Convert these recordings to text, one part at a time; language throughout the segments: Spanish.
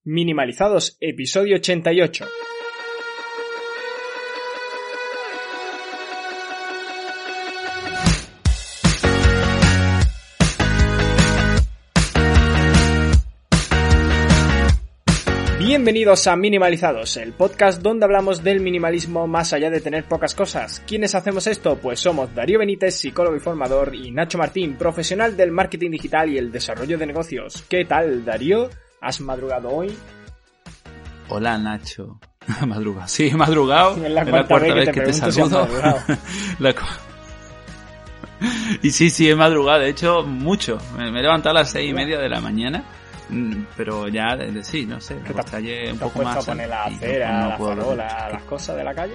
Minimalizados, episodio 88. Bienvenidos a Minimalizados, el podcast donde hablamos del minimalismo más allá de tener pocas cosas. ¿Quiénes hacemos esto? Pues somos Darío Benítez, psicólogo y formador, y Nacho Martín, profesional del marketing digital y el desarrollo de negocios. ¿Qué tal, Darío? ¿Has madrugado hoy? Hola, Nacho. ¿Madrugado? Sí, he madrugado. Es la cuarta vez que te saludo. Y sí, he madrugado. De hecho, mucho. Me he levantado a las 6:30 de la mañana. Pero ya, sí, no sé. ¿Qué me estallé un poco ¿Te más. has puesto a poner la acera, la farola, las cosas de la calle?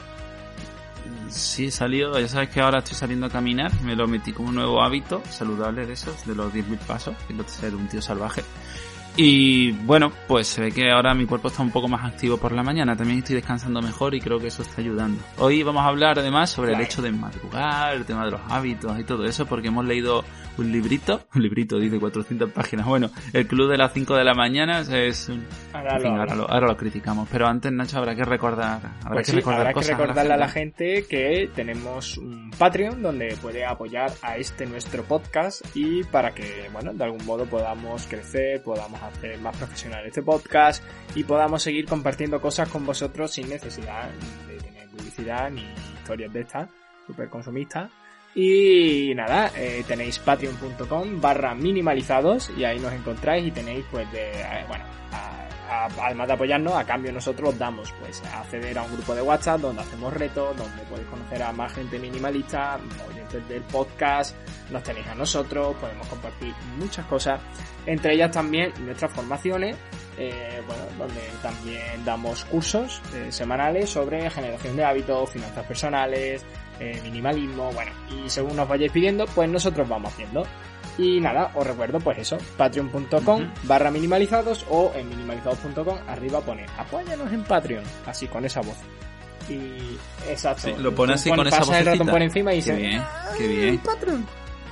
Sí, he salido. Ya sabes que ahora estoy saliendo a caminar. Me lo metí como un nuevo hábito saludable de esos, de los 10.000 pasos. Quiero ser un tío salvaje. Y bueno, pues se ve que ahora mi cuerpo está un poco más activo por la mañana. También estoy descansando mejor y creo que eso está ayudando. Hoy vamos a hablar además sobre el hecho de madrugar, el tema de los hábitos y todo eso, porque hemos leído un librito dice 400 páginas. Bueno, el club de las 5 de la mañana es ahora lo criticamos, pero antes, Nacho, habrá que recordar recordarle a la gente que tenemos un Patreon donde puede apoyar a nuestro podcast, y para que, bueno, de algún modo podamos crecer, podamos hacer más profesional este podcast y podamos seguir compartiendo cosas con vosotros sin necesidad de tener publicidad ni historias de estas super consumistas. Y nada, tenéis patreon.com/minimalizados y ahí nos encontráis y tenéis pues además de apoyarnos, a cambio nosotros os damos pues acceder a un grupo de WhatsApp donde hacemos retos, donde podéis conocer a más gente minimalista, oyentes del podcast, nos tenéis a nosotros, podemos compartir muchas cosas, entre ellas también nuestras formaciones, donde también damos cursos semanales sobre generación de hábitos, finanzas personales, minimalismo, y según nos vayáis pidiendo, pues nosotros vamos haciendo. Y nada, os recuerdo pues eso, patreon.com/minimalizados o en minimalizados.com, arriba pone apóyanos en Patreon, así con esa voz. Y exacto, sí, lo pone así con esa vocecita. El ratón por encima y dice, qué bien. Patreon.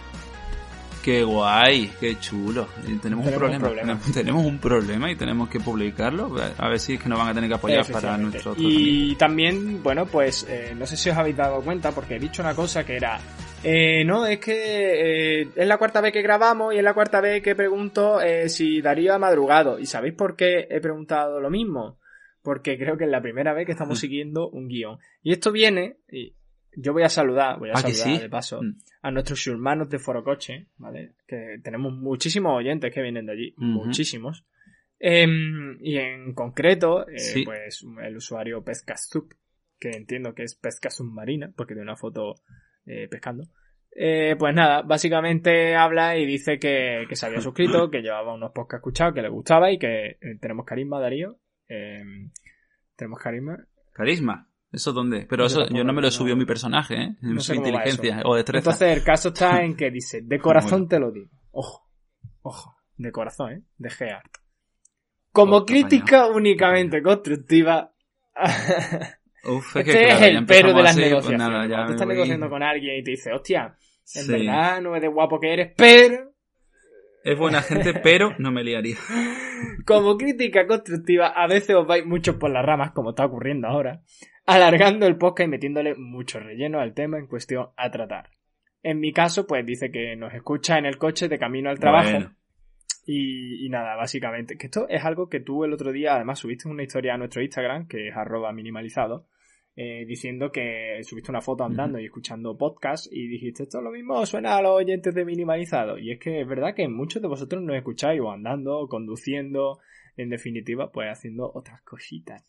Qué guay, qué chulo. Tenemos un problema y tenemos que publicarlo. A ver si es que nos van a tener que apoyar para nuestro otro. Y también, bueno, pues no sé si os habéis dado cuenta, porque he dicho una cosa que era... no, es que es la cuarta vez que grabamos y es la cuarta vez que pregunto si Darío ha madrugado. ¿Y sabéis por qué he preguntado lo mismo? Porque creo que es la primera vez que estamos siguiendo un guión. Y esto viene... Yo voy a saludar ¿sí? de paso a nuestros hermanos de Forocoche, ¿vale? Que tenemos muchísimos oyentes que vienen de allí, muchísimos. Y en concreto, sí. Pues el usuario Pescasup, que entiendo que es pesca submarina, porque tiene una foto pescando. Pues nada, básicamente habla y dice que se había suscrito, que llevaba unos podcasts escuchados, que le gustaba y que tenemos carisma, Darío. Tenemos carisma. ¿Carisma? ¿Eso dónde? Pero eso yo no me lo subió mi personaje, ¿eh? No sé inteligencia o destreza. Entonces el caso está en que dice, de corazón te lo digo. Ojo, de corazón, de Geart. Como crítica únicamente constructiva. Este es el pero de las negociaciones. Pues nada, te estás negociando con alguien y te dice, hostia, en verdad no es de guapo que eres, pero... Es buena gente, pero no me liaría. Como crítica constructiva, a veces os vais mucho por las ramas, como está ocurriendo ahora, alargando el podcast y metiéndole mucho relleno al tema en cuestión a tratar. En mi caso, pues dice que nos escucha en el coche de camino al trabajo. Bueno. Y nada, básicamente, que esto es algo que tú el otro día, además, subiste una historia a nuestro Instagram, que es @minimalizado, diciendo que subiste una foto andando y escuchando podcast y dijiste, esto lo mismo suena a los oyentes de Minimalizado. Y es que es verdad que muchos de vosotros nos escucháis o andando, o conduciendo, en definitiva, pues haciendo otras cositas.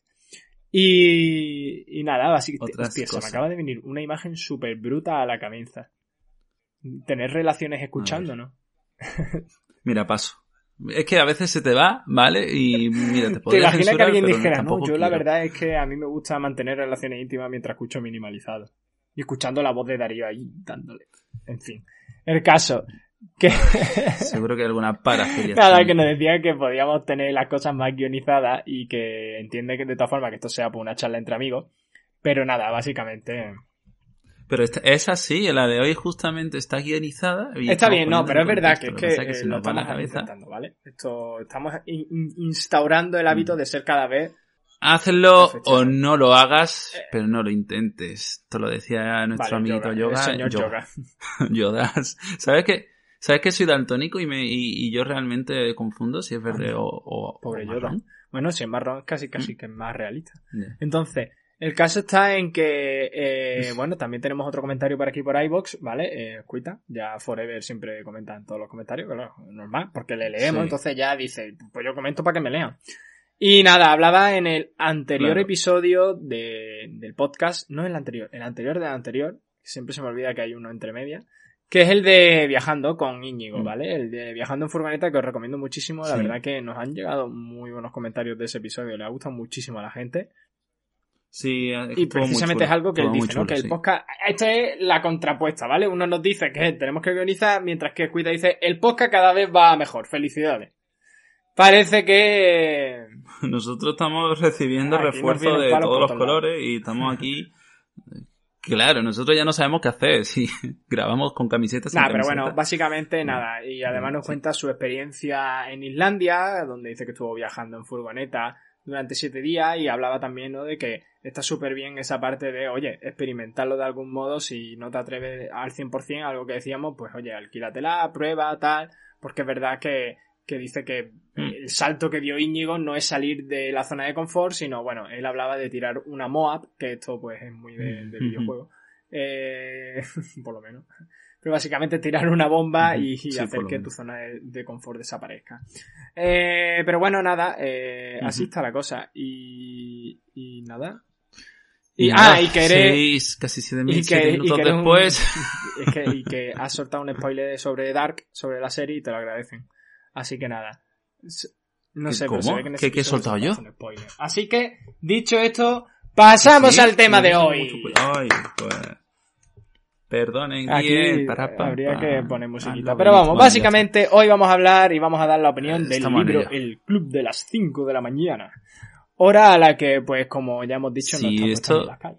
Y nada, básicamente, hostia, se me acaba de venir una imagen súper bruta a la cabeza. Tener relaciones escuchando, ¿no? Mira, paso. Es que a veces se te va, ¿vale? Y mira, te podría censurar. ¿Te imaginas que alguien dijera, no, yo quiero. La verdad es que a mí me gusta mantener relaciones íntimas mientras escucho Minimalizado? Y escuchando la voz de Darío ahí, dándole. En fin. El caso, que... Seguro que hay alguna parafilia. Nada, que nos decía que podíamos tener las cosas más guionizadas y que entiende que de todas formas que esto sea por una charla entre amigos. Pero nada, básicamente... Pero es así, la de hoy justamente está guionizada. Está bien, no, pero es verdad que se lo nos va la estamos cabeza. intentando, ¿vale? Estamos instaurando el hábito de ser cada vez... Hazlo o no lo hagas, pero no lo intentes. Esto lo decía nuestro amiguito Yoga. El señor Yoga. Yodas. ¿Sabes que soy daltónico y yo realmente confundo si es verde o Pobre marrón? Yoda. Bueno, si es marrón, casi que es más realista. Yeah. Entonces, el caso está en que, bueno, también tenemos otro comentario por aquí por iVoox, ¿vale? Cuita, ya Forever siempre comenta en todos los comentarios, claro, normal, porque le leemos, Sí. entonces ya dice, pues yo comento para que me lean. Y nada, hablaba en el anterior episodio del podcast, no el anterior del anterior, siempre se me olvida que hay uno entre medias, que es el de Viajando con Íñigo, ¿vale? El de Viajando en Furgoneta, que os recomiendo muchísimo. La verdad que nos han llegado muy buenos comentarios de ese episodio, le ha gustado muchísimo a la gente. Sí, Y precisamente es algo que él dice, chulo, ¿no? Que el sí. podcast, esta es la contrapuesta, ¿vale? Uno nos dice que tenemos que organizar, mientras que Cuida dice, el podcast cada vez va mejor, felicidades. Parece que... Nosotros estamos recibiendo Aquí nos refuerzo vienen de palos todos por los todos colores y estamos aquí. Claro, nosotros ya no sabemos qué hacer. Si grabamos con camisetas. Nada, sin pero camiseta. bueno, básicamente nada. Y además nos cuenta su experiencia en Islandia, donde dice que estuvo viajando en furgoneta durante 7 días y hablaba también, ¿no? De que está súper bien esa parte de, oye, experimentarlo de algún modo. Si no te atreves al 100%, algo que decíamos, pues oye, alquílatela, prueba, tal. Porque es verdad que dice que el salto que dio Íñigo no es salir de la zona de confort, sino, bueno, él hablaba de tirar una Moab, que esto pues es muy de videojuego, por lo menos. Pero básicamente tirar una bomba y hacer que tu zona de confort desaparezca. Pero bueno, nada, así está la cosa. Y nada. Y que eres... Casi 7 minutos después. Y que has soltado un spoiler sobre Dark, sobre la serie, y te lo agradecen. Así que nada. No sé, ¿Cómo? pero se ve que en ese ¿Qué he soltado yo? un spoiler. Así que, dicho esto, pasamos al tema de hoy. Ay, pues... Perdonen, aquí parapa, habría que poner musiquita. Ah, Pero vamos, bueno, básicamente hoy vamos a hablar y vamos a dar la opinión del libro El Club de las 5 de la mañana. Hora a la que, pues, como ya hemos dicho, no estamos en las calles.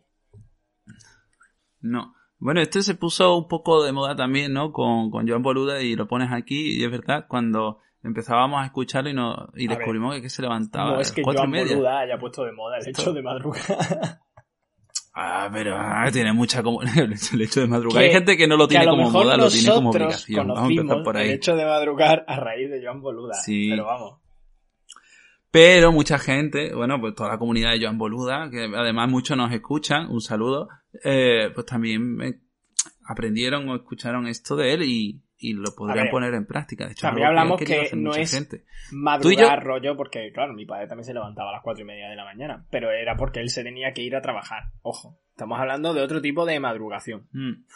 No. Bueno, este se puso un poco de moda también, ¿no? Con Joan Boluda, y lo pones aquí, y es verdad, cuando empezábamos a escucharlo y descubrimos que se levantaba no es que 4:30. Joan Boluda haya puesto de moda el hecho de madrugar. Pero tiene mucha el hecho de madrugar. Hay gente que no lo tiene como moda, lo tiene como obligación. Vamos a empezar por ahí. El hecho de madrugar a raíz de Joan Boluda. Sí. Pero vamos. Pero mucha gente, bueno, pues toda la comunidad de Joan Boluda, que además muchos nos escuchan, un saludo, pues también aprendieron o escucharon esto de él y lo podrían poner en práctica. De hecho, también hablamos que no es gente. madrugar rollo, porque, claro, mi padre también se levantaba a las 4:30 de la mañana, pero era porque él se tenía que ir a trabajar. Ojo, estamos hablando de otro tipo de madrugación.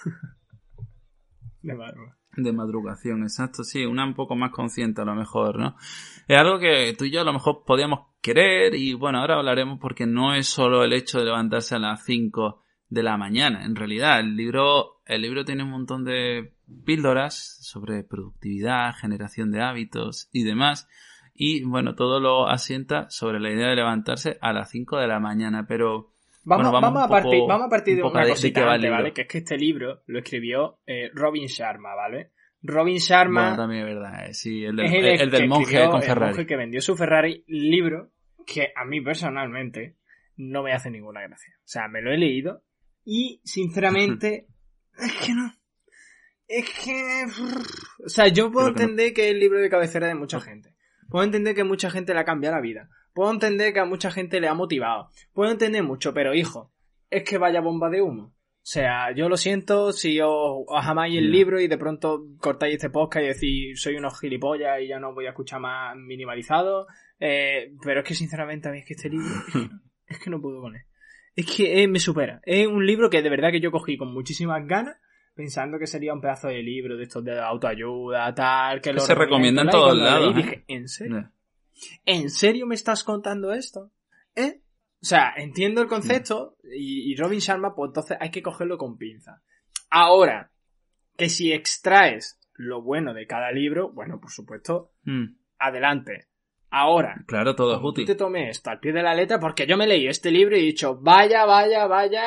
De madrugación, exacto, sí, una un poco más consciente a lo mejor, ¿no? Es algo que tú y yo a lo mejor podíamos querer y bueno, ahora hablaremos porque no es solo el hecho de levantarse a las 5 de la mañana. En realidad, el libro tiene un montón de píldoras sobre productividad, generación de hábitos y demás. Y bueno, todo lo asienta sobre la idea de levantarse a las 5 de la mañana, pero... Vamos a partir de una cosita antes, ¿vale? Que es que este libro lo escribió Robin Sharma, ¿vale? Robin Sharma... Bueno, también es verdad, sí, el del del monje con Ferrari. El monje que vendió su Ferrari, libro que a mí personalmente no me hace ninguna gracia. O sea, me lo he leído y, sinceramente, es que no. Es que... O sea, yo puedo entender que es el libro de cabecera de mucha gente. Puedo entender que mucha gente le ha cambiado la vida. Puedo entender que a mucha gente le ha motivado. Puedo entender mucho, pero hijo, es que vaya bomba de humo. O sea, yo lo siento si os amáis el libro y de pronto cortáis este podcast y decís soy unos gilipollas y ya no voy a escuchar más minimalizado. Pero es que sinceramente a mí es que este libro es que no puedo con él. Es que me supera. Es un libro que de verdad que yo cogí con muchísimas ganas, pensando que sería un pedazo de libro de estos de autoayuda, tal, que lo se recomienda en todos lados. Y dije, ¿en serio? ¿En serio me estás contando esto? O sea, entiendo el concepto y Robin Sharma, pues entonces hay que cogerlo con pinza. Ahora, que si extraes lo bueno de cada libro, bueno, por supuesto, adelante. Ahora, claro, todo es útil. Tú te tomes esto al pie de la letra, porque yo me leí este libro y he dicho, vaya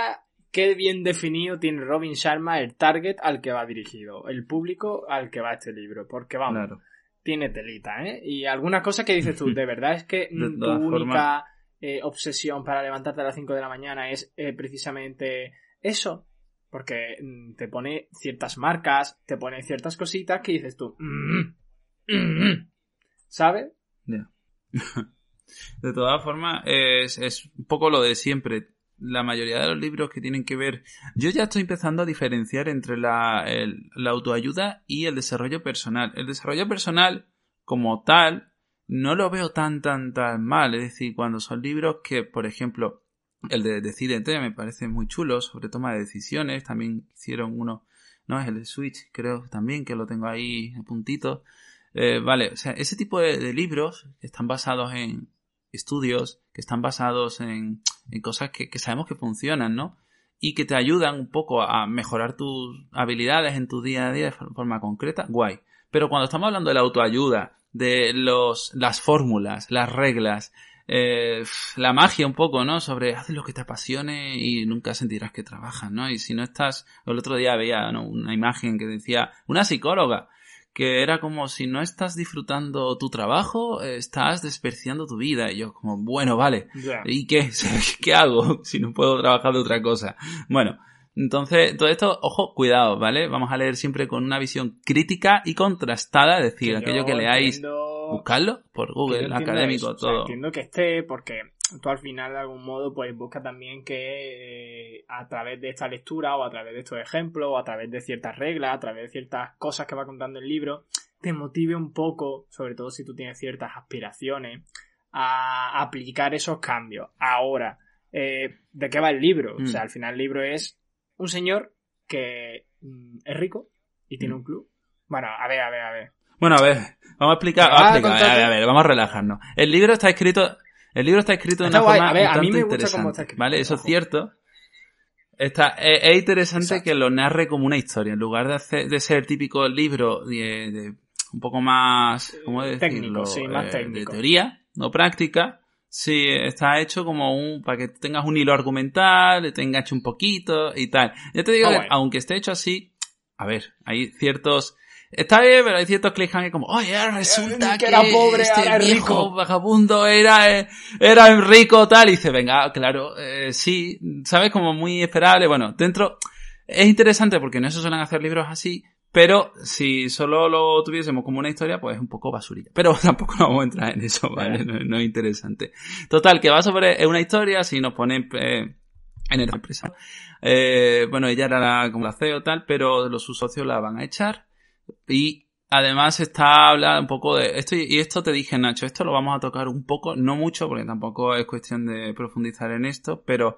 qué bien definido tiene Robin Sharma el target al que va dirigido, el público al que va este libro, porque vamos, Claro. tiene telita, ¿eh? Y algunas cosas que dices tú, de verdad es que De tu todas única obsesión para levantarte a las 5 de la mañana es precisamente eso, porque te pone ciertas marcas, te pone ciertas cositas que dices tú, ¿sabes? Ya. De todas formas, es un poco lo de siempre. La mayoría de los libros que tienen que ver... Yo ya estoy empezando a diferenciar entre la autoayuda y el desarrollo personal. El desarrollo personal, como tal, no lo veo tan mal. Es decir, cuando son libros que, por ejemplo, el de Decídete me parece muy chulo, sobre toma de decisiones. También hicieron uno, ¿no? Es el de Switch, creo también, que lo tengo ahí a puntito. Vale, o sea, ese tipo de libros que están basados en estudios, que están basados en cosas que sabemos que funcionan, ¿no? Y que te ayudan un poco a mejorar tus habilidades en tu día a día de forma concreta, guay. Pero cuando estamos hablando de la autoayuda, de las fórmulas, las reglas, la magia un poco, ¿no? Sobre haz lo que te apasione y nunca sentirás que trabajas, ¿no? Y si no estás... El otro día veía, ¿no?, una imagen que decía una psicóloga que era como si no estás disfrutando tu trabajo, estás despreciando tu vida. Y yo como, bueno, vale, Yeah. ¿y qué? ¿Qué hago si no puedo trabajar de otra cosa? Bueno, entonces, todo esto, ojo, cuidado, ¿vale? Vamos a leer siempre con una visión crítica y contrastada, es decir, aquello que leáis, buscarlo por Google, académico, eso. todo. O sea, entiendo que esté, porque tú al final de algún modo pues busca también que a través de esta lectura o a través de estos ejemplos o a través de ciertas reglas, a través de ciertas cosas que va contando el libro, te motive un poco, sobre todo si tú tienes ciertas aspiraciones, a aplicar esos cambios. Ahora, ¿de qué va el libro? O sea, al final el libro es un señor que es rico y tiene un club. Bueno, a ver. Bueno, a ver, vamos a explicar, a ver, vamos a relajarnos. El libro está escrito de una forma un tanto interesante, ¿vale? Eso es cierto. Es interesante. Exacto. Que lo narre como una historia, en lugar de ser el típico libro de un poco más, ¿cómo decirlo? Técnico, sí, más técnico. De teoría, no práctica. Sí, está hecho como para que tengas un hilo argumental, te enganche un poquito y tal. Yo te digo que, aunque esté hecho así, a ver, hay ciertos... Está bien, pero hay ciertos cliffhangers como, oye, resulta que era pobre, este ahora viejo rico vagabundo era rico, tal, y dice, venga, claro, sí, ¿sabes? Como muy esperable. Bueno, dentro, es interesante porque no se suelen hacer libros así, pero si solo lo tuviésemos como una historia, pues es un poco basurilla. Pero tampoco nos vamos a entrar en eso, ¿vale? No es interesante. Total, que va sobre una historia, si nos ponen en la empresa. Bueno, ella era como la CEO tal, pero sus socios la van a echar. Y además habla un poco de esto, y esto te dije, Nacho, esto lo vamos a tocar un poco, no mucho, porque tampoco es cuestión de profundizar en esto, pero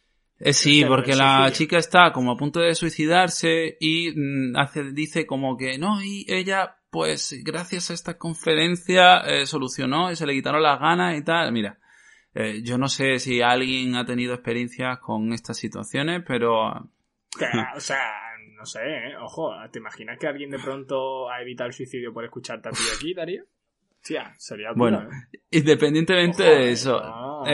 sí, porque la chica está como a punto de suicidarse y dice como que no, y ella, pues gracias a esta conferencia solucionó y se le quitaron las ganas y tal. Mira, yo no sé si alguien ha tenido experiencias con estas situaciones, pero... O sea, no sé, ojo, ¿te imaginas que alguien de pronto ha evitado el suicidio por escucharte a ti aquí, Darío? Tía, sería duro, bueno, independientemente de eso, no.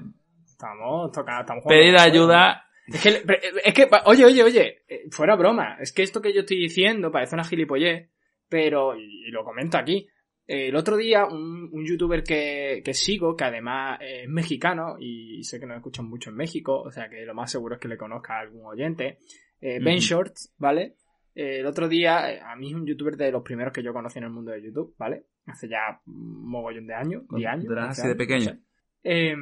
Estamos pedir ayuda. Es que, oye, fuera broma, es que esto que yo estoy diciendo parece una gilipollez, pero, y lo comento aquí, el otro día un youtuber que sigo, que además es mexicano, y sé que nos escuchan mucho en México, o sea que lo más seguro es que le conozca a algún oyente, Ben Shorts, ¿vale? El otro día, a mí es un youtuber de los primeros que yo conocí en el mundo de YouTube, ¿vale? Hace ya un mogollón de años, 10 años. Así de pequeño. No sé.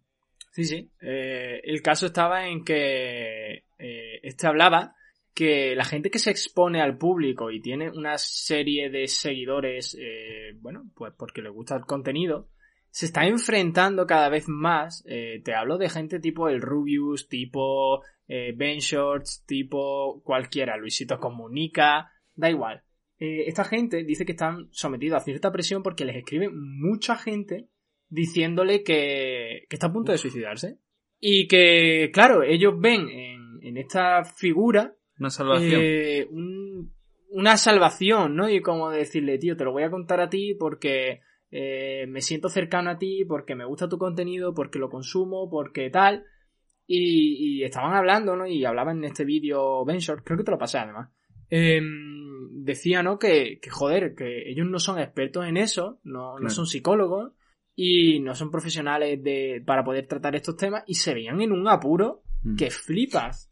Sí. El caso estaba en que hablaba que la gente que se expone al público y tiene una serie de seguidores, bueno, pues porque le gusta el contenido, se está enfrentando cada vez más, te hablo de gente tipo el Rubius, tipo Ben Shorts, tipo cualquiera, Luisito Comunica, da igual. Esta gente dice que están sometidos a cierta presión porque les escribe mucha gente diciéndole que está a punto de suicidarse. Y que, claro, ellos ven en esta figura una salvación. Una salvación, ¿no? Y como decirle, tío, te lo voy a contar a ti porque me siento cercano a ti, porque me gusta tu contenido, porque lo consumo, porque tal. Y estaban hablando, ¿no? Y hablaban en este vídeo Benshore, creo que te lo pasé además. Decía, ¿no? Que joder, que ellos no son expertos en eso, no son psicólogos y no son profesionales para poder tratar estos temas y se veían en un apuro que flipas.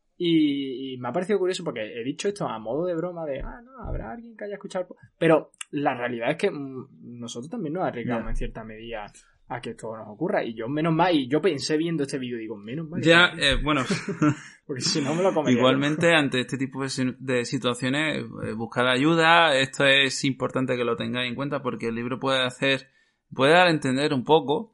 Y me ha parecido curioso porque he dicho esto a modo de broma de, no, habrá alguien que haya escuchado. Pero la realidad es que nosotros también nos arriesgamos en cierta medida a que esto nos ocurra. Y yo, menos mal, y yo pensé viendo este vídeo, digo, menos mal. Ya, bueno. Porque si no me lo comería. Igualmente, ante este tipo de situaciones, buscar ayuda. Esto es importante que lo tengáis en cuenta porque el libro puede dar a entender un poco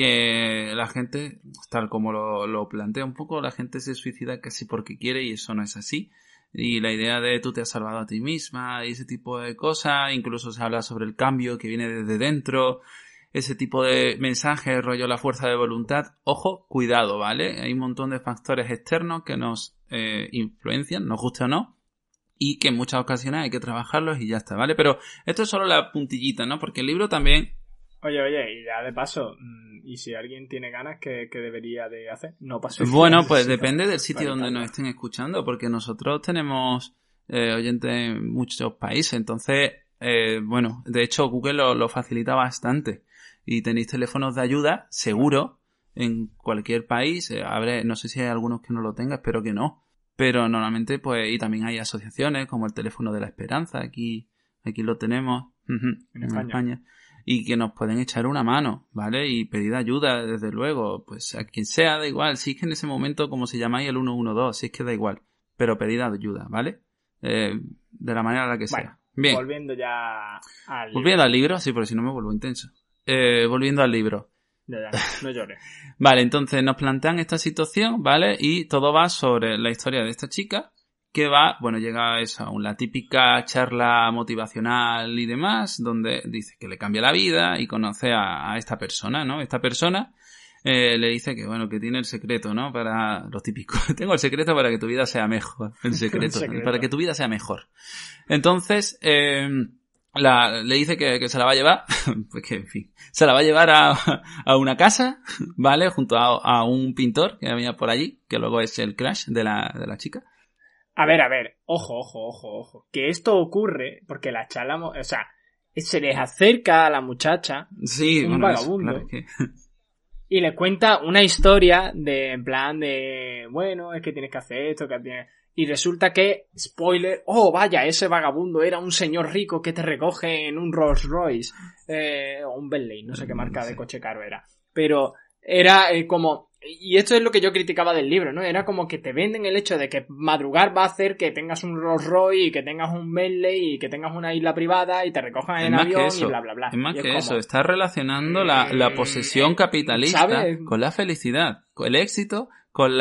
que la gente, tal como lo plantea un poco, la gente se suicida casi porque quiere y eso no es así. Y la idea de tú te has salvado a ti misma y ese tipo de cosas, incluso se habla sobre el cambio que viene desde dentro, ese tipo de mensajes, rollo la fuerza de voluntad. Ojo, cuidado, ¿vale? Hay un montón de factores externos que nos influencian, nos guste o no, y que en muchas ocasiones hay que trabajarlos y ya está, ¿vale? Pero esto es solo la puntillita, ¿no? Porque el libro también... Oye, y ya de paso, y si alguien tiene ganas, ¿qué debería de hacer? No pasa nada. Bueno, pues depende del sitio donde nos estén escuchando, porque nosotros tenemos oyentes en muchos países, entonces, bueno, de hecho Google lo facilita bastante y tenéis teléfonos de ayuda, seguro, en cualquier país. No sé si hay algunos que no lo tengan, espero que no, pero normalmente, pues, y también hay asociaciones como el teléfono de la esperanza, aquí lo tenemos, en España. Y que nos pueden echar una mano, ¿vale? Y pedir ayuda, desde luego, pues a quien sea, da igual. Si es que en ese momento, como se llamáis el 112, si es que da igual. Pero pedid ayuda, ¿vale? De la manera en la que sea. Bien. Volviendo ya al libro. Volviendo al libro, sí, porque si no me vuelvo intenso. Volviendo al libro. Ya, no llores. Vale, entonces nos plantean esta situación, ¿vale? Y todo va sobre la historia de esta chica, que llega a la típica charla motivacional y demás, donde dice que le cambia la vida y conoce a esta persona, ¿no? Esta persona le dice que, bueno, que tiene el secreto, ¿no? Para los típicos. Tengo el secreto para que tu vida sea mejor. El secreto. Para que tu vida sea mejor. Entonces, le dice que se la va a llevar, pues que, en fin, se la va a llevar a una casa, ¿vale? Junto a un pintor que había por allí, que luego es el crush de la chica. A ver, ojo. Que esto ocurre porque la charla, o sea, se les acerca a la muchacha, un vagabundo, claro que... y le cuenta una historia en plan de, bueno, es que tienes que hacer esto, y resulta que, spoiler, vaya, ese vagabundo era un señor rico que te recoge en un Rolls Royce, o un Bentley, no sé qué marca de coche caro era, pero era como... Y esto es lo que yo criticaba del libro, ¿no? Era como que te venden el hecho de que madrugar va a hacer que tengas un Rolls Royce y que tengas un Bentley y que tengas una isla privada y te recojan en avión y bla, bla, bla. Es más que eso, estás relacionando la posesión capitalista, ¿sabes?, con la felicidad, con el éxito, con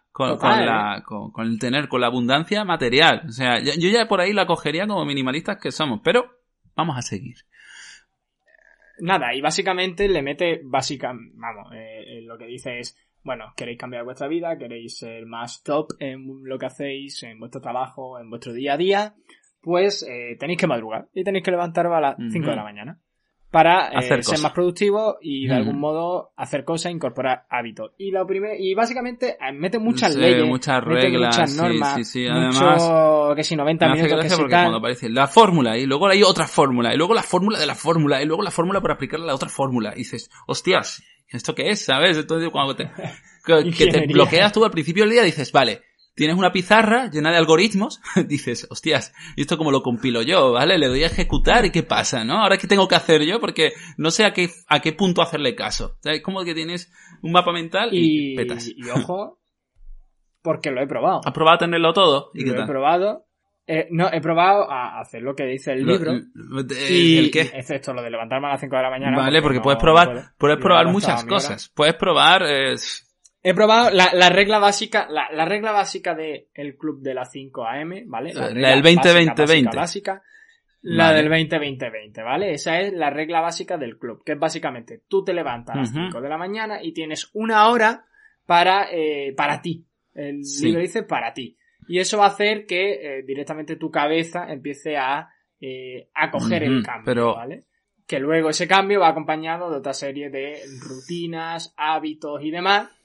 el tener, con la abundancia material. O sea, yo ya por ahí la cogería como minimalistas que somos, pero vamos a seguir. Nada, y básicamente le mete, lo que dice es, bueno, queréis cambiar vuestra vida, queréis ser más top en lo que hacéis, en vuestro trabajo, en vuestro día a día, pues tenéis que madrugar y tenéis que levantaros a las 5 de la mañana para ser más productivos y de algún modo hacer cosas, incorporar hábitos. Y básicamente mete muchas leyes, muchas reglas, muchas normas, sí. Además, que si 90 minutos, que si porque tal... cuando aparece la fórmula y luego hay otra fórmula y luego la fórmula de la fórmula y luego la fórmula para aplicarla a la otra fórmula y dices, hostias, ¿esto qué es? ¿Sabes? Entonces cuando te bloqueas tú al principio del día dices, vale, tienes una pizarra llena de algoritmos, dices, hostias, ¿y esto cómo lo compilo yo? ¿Vale? Le doy a ejecutar y ¿qué pasa? ¿No? Ahora, ¿qué tengo que hacer yo? Porque no sé a qué punto hacerle caso. O sea, es como que tienes un mapa mental y petas. Y ojo, porque lo he probado. ¿Has probado a tenerlo todo? ¿Y qué tal? He probado. No, he probado a hacer lo que dice el libro. ¿El qué? Excepto lo de levantarme a las 5 de la mañana. Vale, porque puedes probar muchas cosas. Puedes probar... He probado la regla básica, la regla básica del club de las 5 AM, ¿vale? La del 20-20-20. Básica, la del 20-20-20, ¿vale? Esa es la regla básica del club, que es básicamente tú te levantas a las 5 de la mañana y tienes una hora para ti. El libro dice para ti. Y eso va a hacer que directamente tu cabeza empiece a coger el cambio, ¿vale? Que luego ese cambio va acompañado de otra serie de rutinas, hábitos y demás,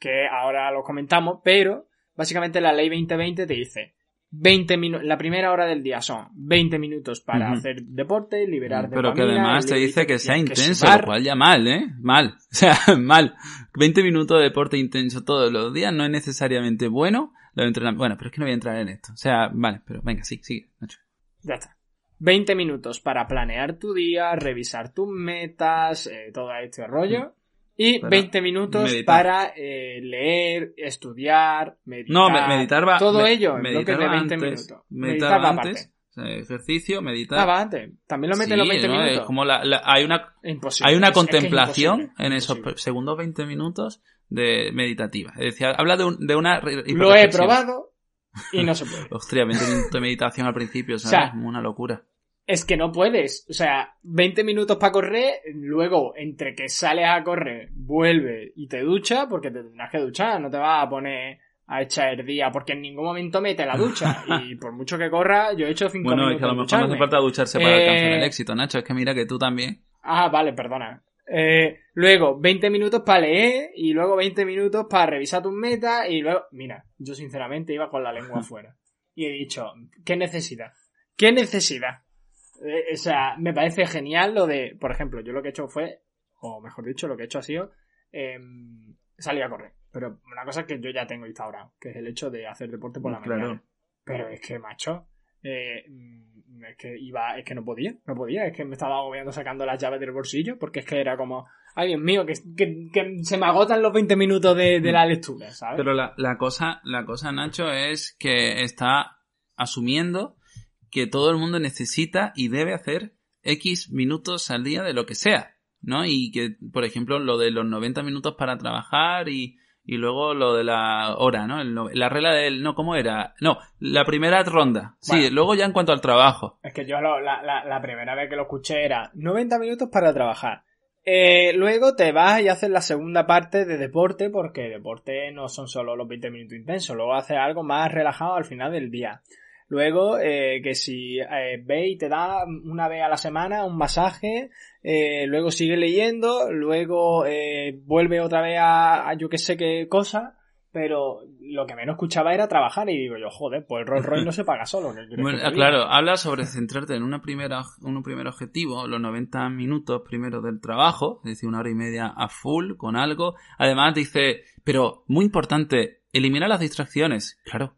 que ahora lo comentamos, pero básicamente la ley 2020 te dice 20 minutos, la primera hora del día son 20 minutos para hacer deporte, liberar dopamina. Pero que además te dice que sea intenso, lo cual ya mal, mal, o sea, mal. 20 minutos de deporte intenso todos los días no es necesariamente bueno. Bueno, pero es que no voy a entrar en esto, o sea, vale, pero venga, sigue, Nacho. Ya está. 20 minutos para planear tu día, revisar tus metas, todo este rollo. Y 20 minutos para leer, estudiar, meditar. No, meditar va. Todo ello en bloques de 20 minutos. Meditar va antes. Ejercicio, meditar. Va antes. También lo meten los 20 minutos. Es como hay una contemplación en esos segundos 20 minutos de meditativa. Es decir, habla de una. Lo he probado y no se puede. Ostras, 20 minutos de meditación al principio, ¿sabes? O sea, una locura. Es que no puedes. O sea, 20 minutos para correr, luego entre que sales a correr, vuelves y te duchas, porque te tendrás que duchar, no te vas a poner a echar el día, porque en ningún momento mete la ducha. Y por mucho que corra, yo he hecho 5 minutos. Bueno, es que a lo mejor no hace falta ducharse para alcanzar el éxito, Nacho. Es que mira que tú también. Ah, vale, perdona. Luego 20 minutos para leer y luego 20 minutos para revisar tus metas y luego... Mira, yo sinceramente iba con la lengua afuera. Y he dicho, ¿qué necesidad? ¿Qué necesidad? O sea, me parece genial lo de... Por ejemplo, yo lo que he hecho fue... O mejor dicho, lo que he hecho ha sido... salir a correr. Pero una cosa que yo ya tengo instaurado, que es el hecho de hacer deporte por la mañana. Pero es que, macho... es que no podía, es que me estaba agobiando sacando las llaves del bolsillo, porque es que era como, ay Dios mío, que se me agotan los 20 minutos de la lectura, ¿sabes? Pero la cosa, Nacho, es que está asumiendo que todo el mundo necesita y debe hacer X minutos al día de lo que sea, ¿no? Y que, por ejemplo, lo de los 90 minutos para trabajar y luego lo de la hora, ¿no? La regla del... No, ¿cómo era? No, la primera ronda. Sí, bueno, luego ya en cuanto al trabajo. Es que yo la primera vez que lo escuché era 90 minutos para trabajar. Luego te vas y haces la segunda parte de deporte, porque deporte no son solo los 20 minutos intensos. Luego haces algo más relajado al final del día. Luego, que si ve y te da una vez a la semana un masaje, luego sigue leyendo, luego vuelve otra vez a yo que sé qué cosa, pero lo que menos escuchaba era trabajar y digo yo, joder, pues el Rolls Royce no se paga solo. Bueno, claro, habla sobre centrarte en un primer objetivo, los 90 minutos primero del trabajo, es decir, 1 hora y media a full con algo. Además dice, pero muy importante, eliminar las distracciones. Claro.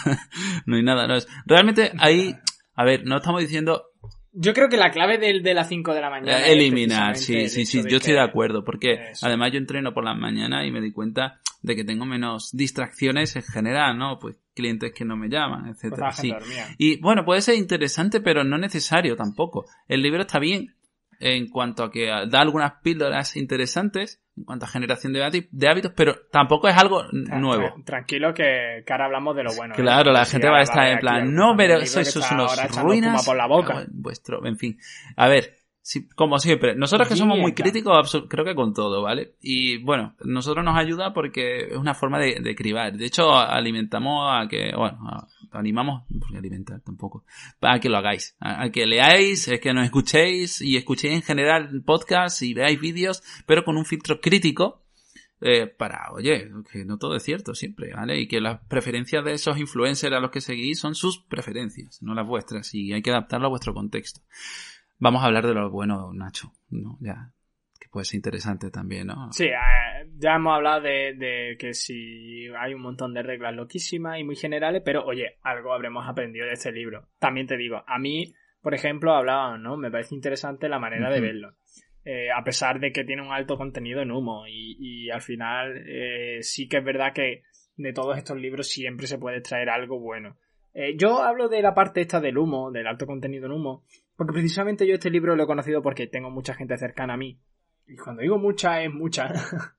No hay nada. No es. Realmente ahí, a ver, no estamos diciendo... Yo creo que la clave de las 5 de la mañana eliminar, sí, yo estoy de acuerdo, porque eso. Además yo entreno por las mañanas y me di cuenta de que tengo menos distracciones en general, ¿no? Pues clientes que no me llaman, etcétera. Pues sí. Y bueno, puede ser interesante, pero no necesario tampoco. El libro está bien en cuanto a que da algunas píldoras interesantes en cuanto a generación de hábitos, pero tampoco es algo nuevo. Tranquilo que ahora hablamos de lo bueno. Claro, la gente va a estar en plan, no, pero eso es unos ruinas. Por la boca. En fin. A ver, sí, como siempre, nosotros que somos muy críticos, creo que con todo, ¿vale? Y bueno, nosotros nos ayuda porque es una forma de cribar. De hecho, alimentamos a que, animamos, porque alimentar tampoco, a que lo hagáis, a que leáis, que nos escuchéis y escuchéis en general podcasts y veáis vídeos, pero con un filtro crítico para, oye, que no todo es cierto siempre, ¿vale? Y que las preferencias de esos influencers a los que seguís son sus preferencias, no las vuestras, y hay que adaptarlo a vuestro contexto. Vamos a hablar de lo bueno, Nacho, ¿no? Ya, que puede ser interesante también, ¿no? Sí, ya hemos hablado de que si hay un montón de reglas loquísimas y muy generales, pero oye, algo habremos aprendido de este libro. También te digo, a mí, por ejemplo, hablaba, ¿no? Me parece interesante la manera de verlo. A pesar de que tiene un alto contenido en humo y al final sí que es verdad que de todos estos libros siempre se puede extraer algo bueno. Yo hablo de la parte esta del humo, del alto contenido en humo, porque precisamente yo este libro lo he conocido porque tengo mucha gente cercana a mí. Y cuando digo mucha, es mucha,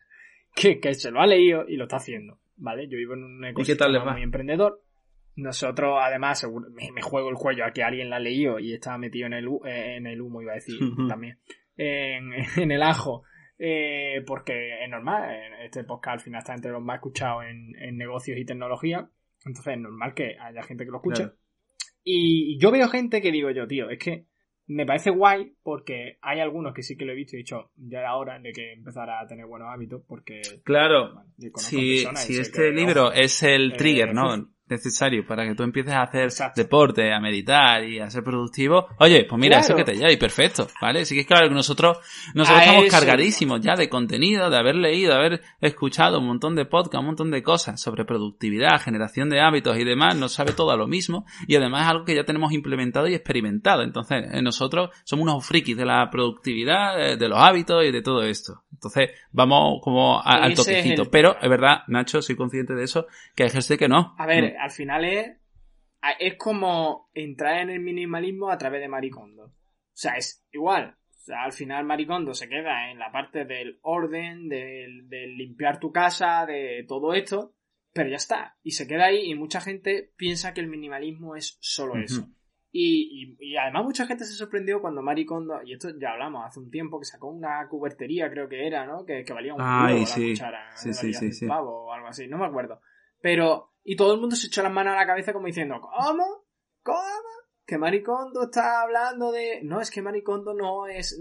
que se lo ha leído y lo está haciendo, ¿vale? Yo vivo en un ecosistema muy emprendedor. Nosotros, además, me juego el cuello a que alguien la ha leído y está metido en el humo, iba a decir, también, en el ajo. Porque es normal, este podcast al final está entre los más escuchados en negocios y tecnología. Entonces es normal que haya gente que lo escuche. Claro. Y yo veo gente que digo yo, tío, es que me parece guay porque hay algunos que sí que lo he visto y he dicho, ya era hora de que empezara a tener buenos hábitos porque... Claro, bueno, yo conozco si personas y sé este que, libro ojo, es el trigger, ¿no? Necesario para que tú empieces a hacer Exacto. deporte, a meditar y a ser productivo. Oye, pues mira, Claro. eso que te lleva y perfecto, ¿vale? Sí que es claro que nosotros A estamos eso cargadísimos ya de contenido, de haber leído, de haber escuchado un montón de podcasts, un montón de cosas sobre productividad, generación de hábitos y demás, nos sabe todo a lo mismo y además es algo que ya tenemos implementado y experimentado. Entonces, nosotros somos unos frikis de la productividad, de los hábitos y de todo esto. Entonces, vamos como al Ese toquecito. es el Pero, tema. es verdad, Nacho, soy consciente de eso, que hay gente que no. A ver, al final es como entrar en el minimalismo a través de Marie Kondo. O sea, es igual. O sea, al final Marie Kondo se queda en la parte del orden, del limpiar tu casa, de todo esto, pero ya está. Y se queda ahí y mucha gente piensa que el minimalismo es solo eso. Y además mucha gente se sorprendió cuando Marie Kondo, y esto ya hablamos hace un tiempo, que sacó una cubertería, creo que era, ¿no? Que valía un Ay, huevo sí. la cuchara. Sí, ¿no? sí, Valía sí, 100 sí. pavos o algo así, no me acuerdo. Pero, y todo el mundo se echó las manos a la cabeza como diciendo, ¿cómo? Que Marie Kondo está hablando de... No, es que Marie Kondo no es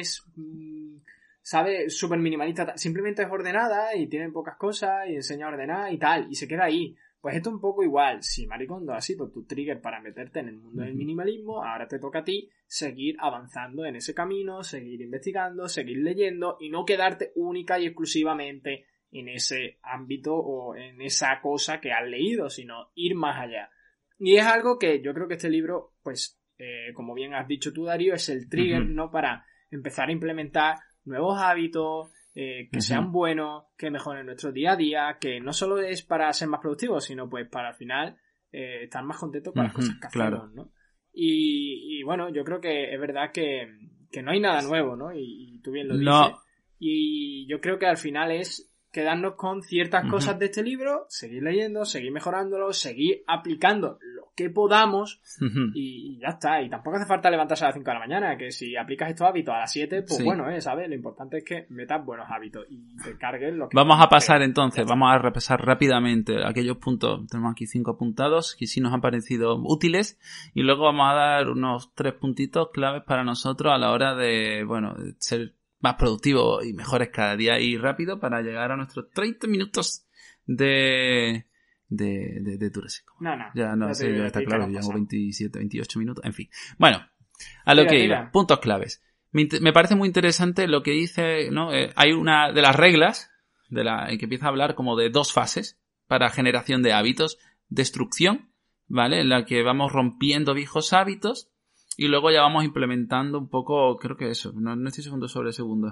¿sabe? Súper minimalista. Simplemente es ordenada y tiene pocas cosas y enseña a ordenar y tal. Y se queda ahí. Pues esto es un poco igual. Si Marie Kondo ha sido tu trigger para meterte en el mundo del minimalismo, ahora te toca a ti seguir avanzando en ese camino, seguir investigando, seguir leyendo y no quedarte única y exclusivamente en ese ámbito o en esa cosa que has leído, sino ir más allá. Y es algo que yo creo que este libro, pues, como bien has dicho tú, Darío, es el trigger, ¿no? Para empezar a implementar nuevos hábitos, que sean buenos, que mejoren nuestro día a día, que no solo es para ser más productivos, sino pues para al final estar más contentos con las cosas que hacemos, ¿no? Y bueno, yo creo que es verdad que no hay nada nuevo, ¿no? Y tú bien lo dices. Y yo creo que al final es quedarnos con ciertas cosas de este libro, seguir leyendo, seguir mejorándolo, seguir aplicando lo que podamos y ya está. Y tampoco hace falta levantarse a las 5 de la mañana, que si aplicas estos hábitos a las 7, pues bueno, ¿sabes? Lo importante es que metas buenos hábitos y te cargues lo que... Vamos a pasar entonces, vamos a repasar rápidamente aquellos puntos. Tenemos aquí 5 apuntados que sí nos han parecido útiles y luego vamos a dar unos 3 puntitos claves para nosotros a la hora de, bueno, de ser más productivos y mejores cada día y rápido para llegar a nuestros 30 minutos de duración. Ya no sé, ya está claro, llevamos 27, 28 minutos, en fin. Bueno, a lo que iba, puntos claves. Me parece muy interesante lo que dice, ¿no? Hay una de las reglas en que empieza a hablar como de 2 fases para generación de hábitos. Destrucción, ¿vale? En la que vamos rompiendo viejos hábitos. Y luego ya vamos implementando un poco, creo que eso, no estoy segundo sobre segundo.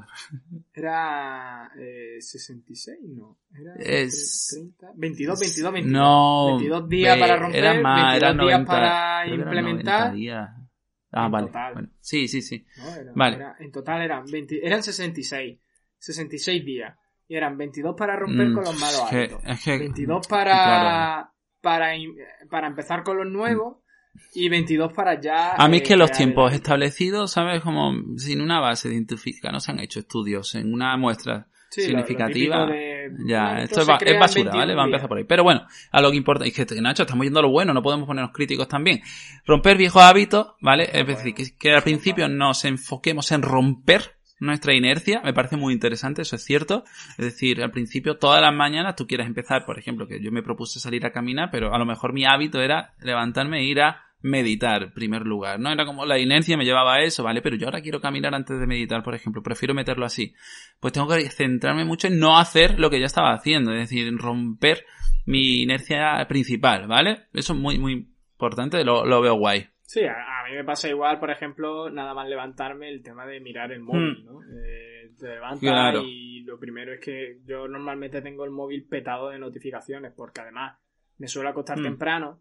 Era 66, ¿no? Era 30, 22. No, 22 días para romper, era más, 22 era 90, días para implementar. Vale. Total. Bueno, sí. No, vale. En total eran 66 días. Y eran 22 para romper con los malos hábitos. 22 para empezar con los nuevos. Y 22 para ya... A mí es que los tiempos establecidos, ¿sabes? Como sin una base científica, no se han hecho estudios en una muestra significativa. Esto es basura, ¿vale? Va a empezar por ahí. Pero bueno, a lo que importa, es que Nacho, estamos yendo a lo bueno, no podemos ponernos críticos también. Romper viejos hábitos, ¿vale? Es decir, que al principio nos enfoquemos en romper nuestra inercia, me parece muy interesante, eso es cierto. Es decir, al principio, todas las mañanas tú quieres empezar, por ejemplo, que yo me propuse salir a caminar, pero a lo mejor mi hábito era levantarme e ir a meditar en primer lugar, ¿no? Era como la inercia me llevaba a eso, ¿vale? Pero yo ahora quiero caminar antes de meditar, por ejemplo, prefiero meterlo así. Pues tengo que centrarme mucho en no hacer lo que ya estaba haciendo, es decir, en romper mi inercia principal, ¿vale? Eso es muy, muy importante, lo veo guay. Sí, a mí me pasa igual, por ejemplo, nada más levantarme, el tema de mirar el móvil, ¿no? Te levantas y lo primero es que yo normalmente tengo el móvil petado de notificaciones, porque además me suelo acostar temprano.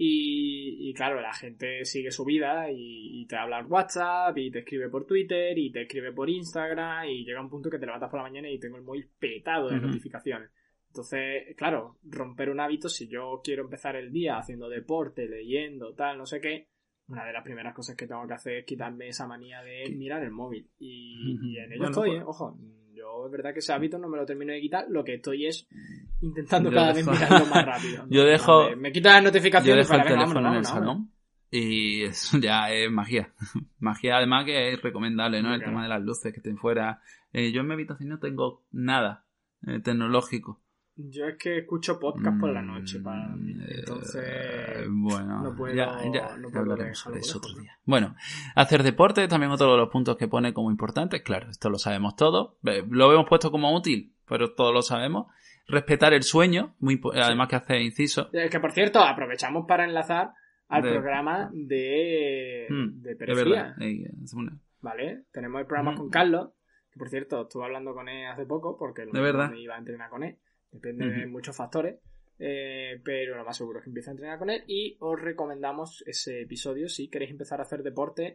Y claro, la gente sigue su vida y te habla en WhatsApp y te escribe por Twitter y te escribe por Instagram y llega un punto que te levantas por la mañana y tengo el móvil petado de notificaciones. Entonces, claro, romper un hábito, si yo quiero empezar el día haciendo deporte, leyendo, tal, no sé qué, una de las primeras cosas que tengo que hacer es quitarme esa manía de mirar el móvil. Y en ello estoy, ojo. Yo es verdad que ese hábito no me lo termino de quitar, lo que estoy es intentando cada vez mirarlo más rápido, ¿no? Yo dejo... Me quito las notificaciones yo dejo para el teléfono en el salón Y eso ya es magia. Magia además que es recomendable, ¿no? El Claro. tema de las luces que estén fuera. Yo en mi habitación no tengo nada tecnológico. Yo es que escucho podcast por la noche para dormir, entonces bueno, no puedo, ya no puedo hablaremos dejarlo sobre eso por otro día. Bueno, hacer deporte también otro de los puntos que pone como importante. Claro, esto lo sabemos todos. Lo hemos puesto como útil, pero todos lo sabemos. Respetar el sueño, además que hace inciso. Que por cierto, aprovechamos para enlazar al De- programa de Es Perefría. verdad. ¿Vale? Tenemos el programa con Carlos, que por cierto estuve hablando con él hace poco porque lo De mismo verdad. me iba a entrenar con él. Depende de muchos factores, pero lo más seguro es que empiece a entrenar con él y os recomendamos ese episodio si queréis empezar a hacer deporte.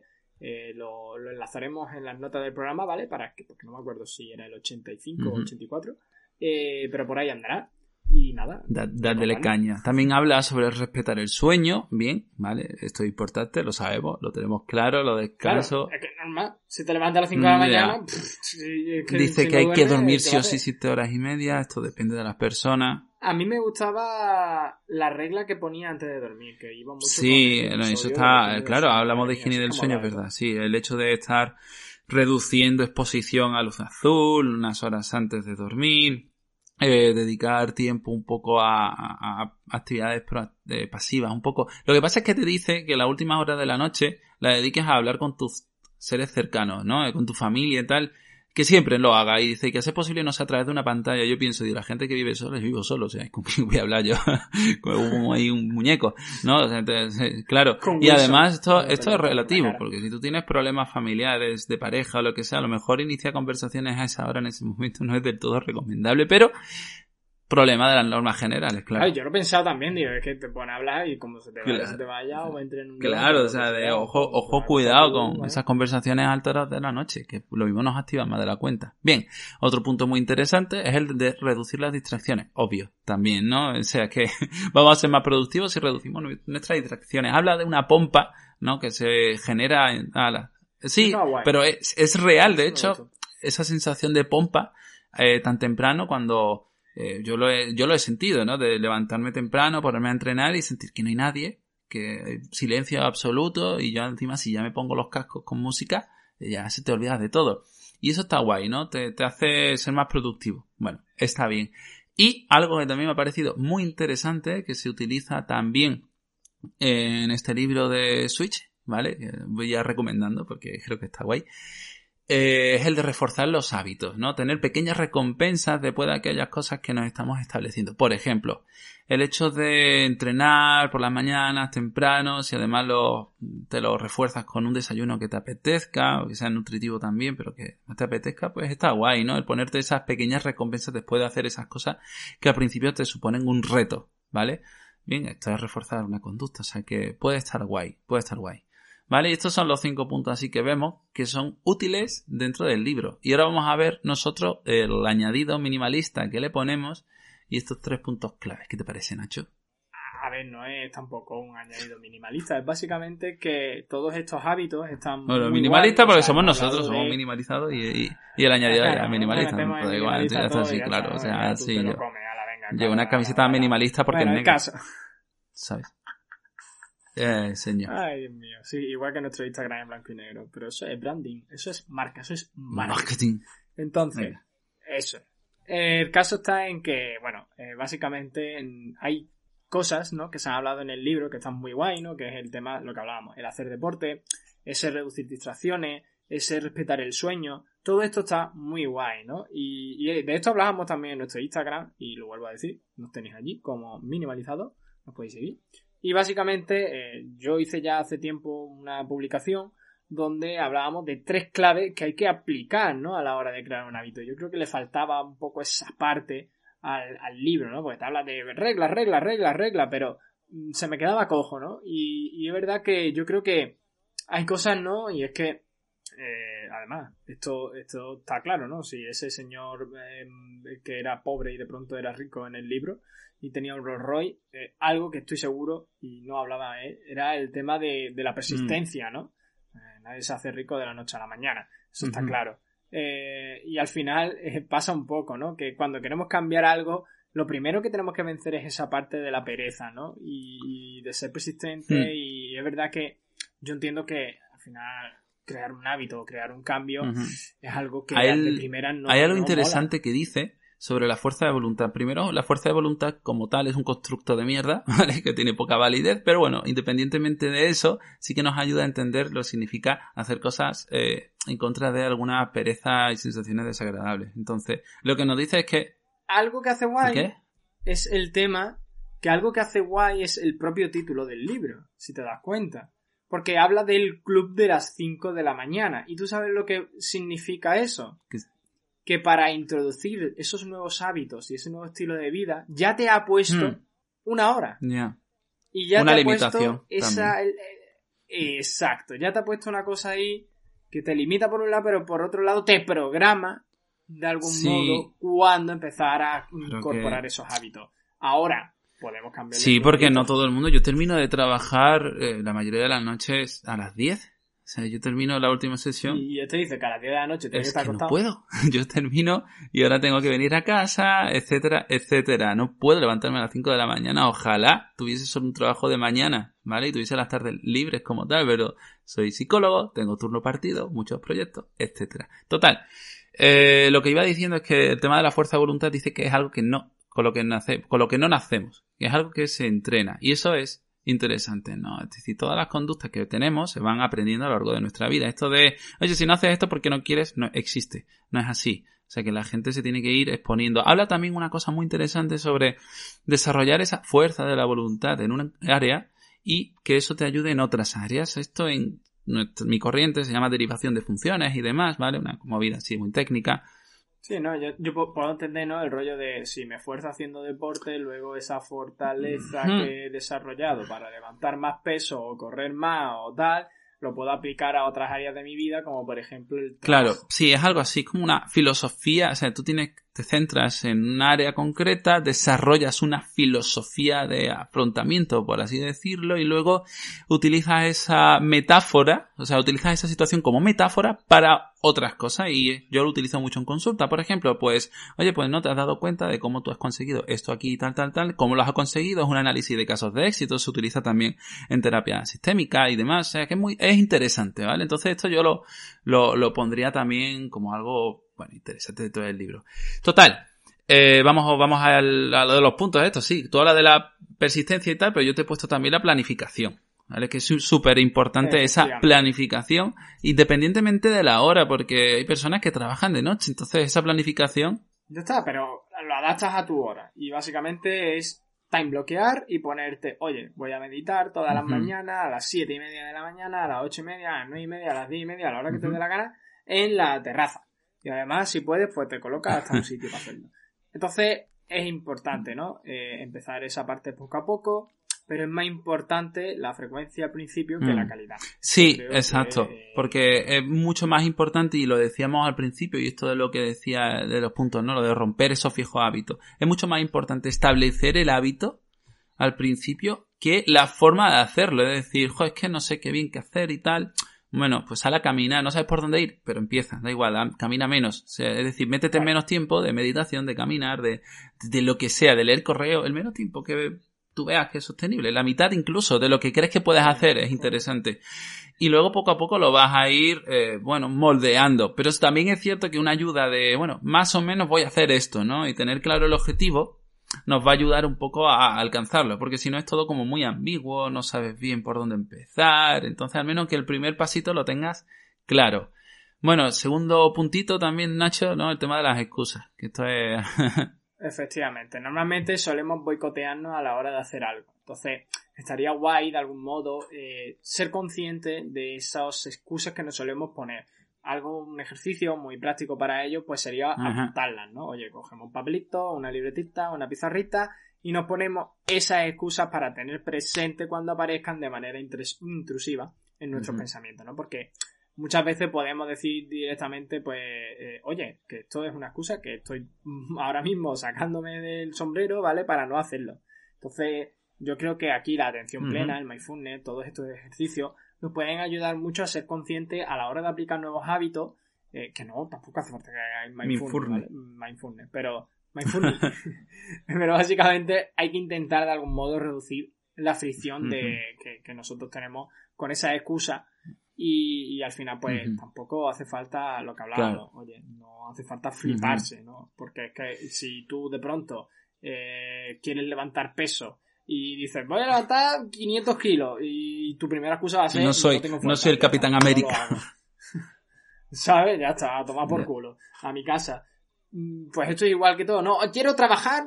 Lo enlazaremos en las notas del programa, ¿vale? Porque no me acuerdo si era el 85 o 84, pero por ahí andará. Y nada. Dadle caña. También habla sobre respetar el sueño. Bien, ¿vale? Esto es importante, lo sabemos, lo tenemos claro, lo descanso. Claro, es que es normal. Si te levantas a las 5 de la mañana, dice si que no hay que duermes, dormir ¿qué sí o vas a sí hacer? 7 horas y media. Esto depende de las personas. A mí me gustaba la regla que ponía antes de dormir, que iba mucho Sí, con el no, eso episodio de está, higiene del claro, sueño. hablamos de Madre mía, higiene sí, del como sueño, es hablaba de verdad, todo. sí, el hecho de estar reduciendo exposición a luz azul unas horas antes de dormir, dedicar tiempo un poco a actividades pasivas, un poco. Lo que pasa es que te dice que las últimas horas de la noche la dediques a hablar con tus seres cercanos, ¿no? Con tu familia y tal. Que siempre lo haga y dice que a ser posible no sea a través de una pantalla. Yo pienso, la gente que vive sola, yo vivo solo, o sea, ¿con quién voy a hablar yo? Como ahí un muñeco, ¿no? O sea, entonces, claro. Con Y Wilson. además esto es Por la relativo, cara. porque si tú tienes problemas familiares, de pareja o lo que sea, a lo mejor iniciar conversaciones a esa hora en ese momento no es del todo recomendable, pero problema de las normas generales, claro. Ay, yo lo he pensado también, digo, es que te pones a hablar y como se te vaya, Claro. se te vaya o entre en un Claro, debate, o sea, lo que de sea, ojo, pues, cuidado tú, con ¿vale? esas conversaciones a altas horas de la noche, que lo mismo nos activan más de la cuenta. Bien, otro punto muy interesante es el de reducir las distracciones, obvio, también, ¿no? O sea, que vamos a ser más productivos si reducimos nuestras distracciones. Habla de una pompa, ¿no? Que se genera Sí, Eso es guay. pero es real, de Eso me hecho, gustó. esa sensación de pompa tan temprano cuando yo lo he sentido, ¿no? De levantarme temprano, ponerme a entrenar y sentir que no hay nadie, que hay silencio absoluto y yo encima si ya me pongo los cascos con música, ya se te olvidas de todo. Y eso está guay, ¿no? Te hace ser más productivo. Bueno, está bien. Y algo que también me ha parecido muy interesante, que se utiliza también en este libro de Switch, ¿vale? Que voy a recomendando porque creo que está guay. Es el de reforzar los hábitos, ¿no? Tener pequeñas recompensas después de aquellas cosas que nos estamos estableciendo. Por ejemplo, el hecho de entrenar por las mañanas temprano, si además te lo refuerzas con un desayuno que te apetezca, o que sea nutritivo también, pero que no te apetezca, pues está guay, ¿no? El ponerte esas pequeñas recompensas después de hacer esas cosas que al principio te suponen un reto, ¿vale? Bien, esto es reforzar una conducta, o sea que puede estar guay. ¿Vale? Y estos son los 5 puntos así que vemos que son útiles dentro del libro. Y ahora vamos a ver nosotros el añadido minimalista que le ponemos y estos 3 puntos claves. ¿Qué te parece, Nacho? A ver, no es tampoco un añadido minimalista, es básicamente que todos estos hábitos están Bueno, muy minimalista guay, porque o sea, somos hemos nosotros, hablado somos de... minimalizados y el añadido Claro, es minimalista. nos metemos en Da igual, minimalista ya está todo así, y ya claro. está, O sea, venga, tú sí, te lo yo comes, ala, venga, llevo una ala, camiseta ala. minimalista porque Bueno, es el negra, caso. ¿sabes? Señor. Ay, Dios mío. Sí, igual que nuestro Instagram en blanco y negro. Pero eso es branding. Eso es marca. Eso es Marketing. Entonces, Venga. eso. El caso está en que, bueno, básicamente hay cosas, ¿no? Que se han hablado en el libro que están muy guay, ¿no? Que es el tema, lo que hablábamos, el hacer deporte, ese reducir distracciones, ese respetar el sueño. Todo esto está muy guay, ¿no? Y de esto hablábamos también en nuestro Instagram, y lo vuelvo a decir, nos tenéis allí como minimalizado, nos podéis seguir. Y básicamente yo hice ya hace tiempo una publicación donde hablábamos de 3 claves que hay que aplicar, ¿no? A la hora de crear un hábito. Yo creo que le faltaba un poco esa parte al libro, ¿no? Porque te habla de reglas, pero se me quedaba cojo, ¿no? Y es verdad que yo creo que hay cosas, ¿no? Y es que además, esto está claro, ¿no? Si ese señor que era pobre y de pronto era rico en el libro y tenía un Rolls Royce, algo que estoy seguro, y no hablaba era el tema de la persistencia, ¿no? Nadie se hace rico de la noche a la mañana, eso está claro. Y al final pasa un poco, ¿no? Que cuando queremos cambiar algo, lo primero que tenemos que vencer es esa parte de la pereza, ¿no? Y de ser persistente y Y es verdad que yo entiendo que al final crear un hábito o crear un cambio es algo que de primera no hay algo no interesante mola. que dice sobre la fuerza de voluntad. Primero, la fuerza de voluntad como tal es un constructo de mierda, ¿vale? Que tiene poca validez, pero bueno, independientemente de eso, sí que nos ayuda a entender lo que significa hacer cosas en contra de alguna pereza y sensaciones desagradables. Entonces, lo que nos dice es que... Algo que hace guay ¿Qué? es el tema, que algo que hace guay es el propio título del libro, si te das cuenta. Porque habla del club de las 5 de la mañana. ¿Y tú sabes lo que significa eso? Que para introducir esos nuevos hábitos y ese nuevo estilo de vida, ya te ha puesto una hora. Yeah. Y ya una te ha limitación puesto esa... exacto, ya te ha puesto una cosa ahí que te limita por un lado, pero por otro lado te programa de algún modo cuándo empezar a incorporar esos hábitos. Ahora podemos cambiar. Sí, porque no todo el mundo. Yo termino de trabajar la mayoría de las noches a las 10. O sea, yo termino la última sesión. Y te dice que a las 10 de la noche tienes que estar acostado. No puedo. Yo termino y ahora tengo que venir a casa, etcétera, etcétera. No puedo levantarme a las 5 de la mañana. Ojalá tuviese solo un trabajo de mañana, ¿vale? Y tuviese las tardes libres como tal, pero soy psicólogo, tengo turno partido, muchos proyectos, etcétera. Total. Lo que iba diciendo es que el tema de la fuerza de voluntad dice que es algo que no, con lo que no nacemos, que es algo que se entrena. Y eso es interesante, ¿no? Es decir, todas las conductas que tenemos se van aprendiendo a lo largo de nuestra vida. Esto de, oye, si no haces esto porque no quieres, no existe. No es así. O sea que la gente se tiene que ir exponiendo. Habla también una cosa muy interesante sobre desarrollar esa fuerza de la voluntad en una área y que eso te ayude en otras áreas. Esto en mi corriente se llama derivación de funciones y demás, ¿vale? Una movida así muy técnica. Sí, no, yo puedo entender, ¿no? El rollo de si me esfuerzo haciendo deporte, luego esa fortaleza que he desarrollado para levantar más peso o correr más o tal, lo puedo aplicar a otras áreas de mi vida, como por ejemplo el trabajo. Claro, sí, es algo así como una filosofía, o sea, tú te centras en un área concreta, desarrollas una filosofía de afrontamiento, por así decirlo, y luego utilizas esa metáfora, o sea, utilizas esa situación como metáfora para otras cosas, y yo lo utilizo mucho en consulta, por ejemplo, pues, oye, pues no te has dado cuenta de cómo tú has conseguido esto aquí, tal, cómo lo has conseguido, es un análisis de casos de éxito, se utiliza también en terapia sistémica y demás, o sea, que es interesante, ¿vale? Entonces esto yo lo pondría también como algo, bueno, interesante de todo el libro. Total, vamos a lo de los puntos estos, sí, tú hablas de la persistencia y tal, pero yo te he puesto también la planificación. ¿Vale? Que es súper importante esa planificación, independientemente de la hora, porque hay personas que trabajan de noche, entonces esa planificación... Ya está, pero lo adaptas a tu hora, y básicamente es time bloquear y ponerte, oye, voy a meditar todas las mañanas, a las 7:30 de la mañana, a las 8:30, a las 9:30, a las 10:30, a la hora que te dé la gana, en la terraza. Y además, si puedes, pues te colocas hasta un sitio para hacerlo. Entonces, es importante, ¿no? Empezar esa parte poco a poco, pero es más importante la frecuencia al principio que la calidad. Sí, exacto, porque es mucho más importante, y lo decíamos al principio, y esto de lo que decía de los puntos, ¿no? Lo de romper esos viejos hábitos. Es mucho más importante establecer el hábito al principio que la forma de hacerlo. Es decir, es que no sé qué bien que hacer y tal. Bueno, pues sal a caminar, no sabes por dónde ir, pero empieza, da igual, camina menos. O sea, es decir, métete en menos tiempo de meditación, de caminar, de lo que sea, de leer correo, el menos tiempo que tú veas que es sostenible. La mitad incluso de lo que crees que puedes hacer es interesante. Y luego poco a poco lo vas a ir, moldeando. Pero también es cierto que una ayuda de, más o menos voy a hacer esto, ¿no? Y tener claro el objetivo nos va a ayudar un poco a alcanzarlo. Porque si no es todo como muy ambiguo, no sabes bien por dónde empezar. Entonces al menos que el primer pasito lo tengas claro. Bueno, segundo puntito también, Nacho, ¿no? El tema de las excusas. Que esto es... Efectivamente, normalmente solemos boicotearnos a la hora de hacer algo. Entonces, estaría guay de algún modo ser consciente de esas excusas que nos solemos poner. Un ejercicio muy práctico para ello, pues sería apuntarlas, ¿no? Oye, cogemos un papelito, una libretita, una pizarrita y nos ponemos esas excusas para tener presente cuando aparezcan de manera intrusiva en nuestros pensamientos, ¿no? Porque muchas veces podemos decir directamente, pues, oye, que esto es una excusa que estoy ahora mismo sacándome del sombrero, ¿vale? Para no hacerlo. Entonces, yo creo que aquí la atención plena, el mindfulness, todos estos ejercicios, nos pueden ayudar mucho a ser conscientes a la hora de aplicar nuevos hábitos, que no, tampoco hace falta que hagáis mindfulness, pero mindfulness. Pero básicamente hay que intentar de algún modo reducir la fricción de que nosotros tenemos con esa excusa. Y al final, pues, tampoco hace falta lo que hablábamos. Claro. Oye, no hace falta fliparse, ¿no? Porque es que si tú de pronto quieres levantar peso y dices, voy a levantar 500 kilos y tu primera excusa va a ser, no soy el Capitán América. ¿Sabes? Ya está, a tomar por culo. A mi casa. Pues esto es igual que todo. No, quiero trabajar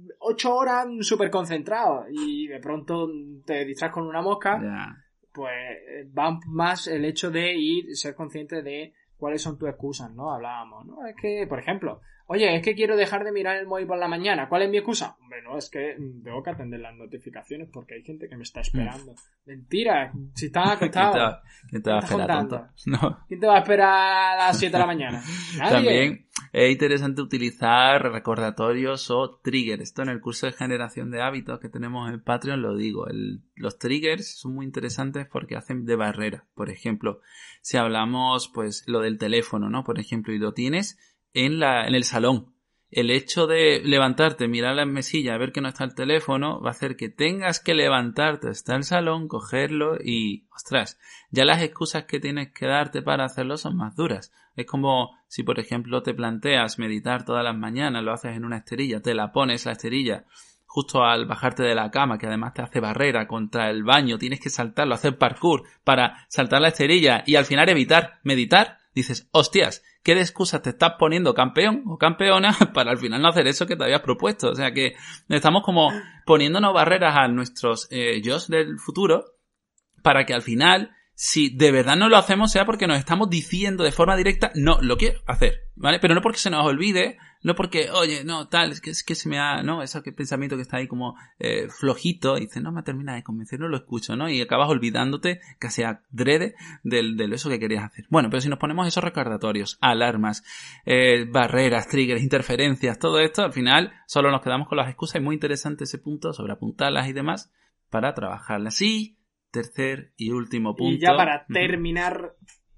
8 horas súper concentrado y de pronto te distraes con una mosca. Pues va más el hecho de ser consciente de cuáles son tus excusas, ¿no? Hablábamos, ¿no? Es que, por ejemplo, oye, es que quiero dejar de mirar el móvil por la mañana. ¿Cuál es mi excusa? Hombre, no, es que tengo que atender las notificaciones porque hay gente que me está esperando. Mentira, si estás acostado. ¿Quién te va a esperar, tonto? No. ¿Quién te va a esperar a las 7 de la mañana? Nadie. También es interesante utilizar recordatorios o triggers. Esto en el curso de generación de hábitos que tenemos en Patreon lo digo. Los triggers son muy interesantes porque hacen de barrera. Por ejemplo, si hablamos, pues, lo del teléfono, ¿no? Por ejemplo, y lo tienes en el salón. El hecho de levantarte, mirar la mesilla, ver que no está el teléfono, va a hacer que tengas que levantarte hasta el salón, cogerlo y, ostras, ya las excusas que tienes que darte para hacerlo son más duras. Es como si, por ejemplo, te planteas meditar todas las mañanas, lo haces en una esterilla, te la pones la esterilla justo al bajarte de la cama, que además te hace barrera contra el baño, tienes que saltarlo, hacer parkour para saltar la esterilla y al final evitar meditar. Dices, hostias, ¿qué de excusas te estás poniendo, campeón o campeona, para al final no hacer eso que te habías propuesto? O sea que estamos como poniéndonos barreras a nuestros yos del futuro para que al final, si de verdad no lo hacemos, sea porque nos estamos diciendo de forma directa, no, lo quiero hacer, ¿vale? Pero no porque se nos olvide, no porque, oye, no, tal, es que se me ha, ¿no? Ese pensamiento que está ahí como flojito, y dices, no me termina de convencer, no lo escucho, ¿no? Y acabas olvidándote, casi adrede, de eso que querías hacer. Bueno, pero si nos ponemos esos recordatorios, alarmas, barreras, triggers, interferencias, todo esto, al final solo nos quedamos con las excusas. Y muy interesante ese punto sobre apuntarlas y demás para trabajarlas. Y tercer y último punto. Y ya para terminar,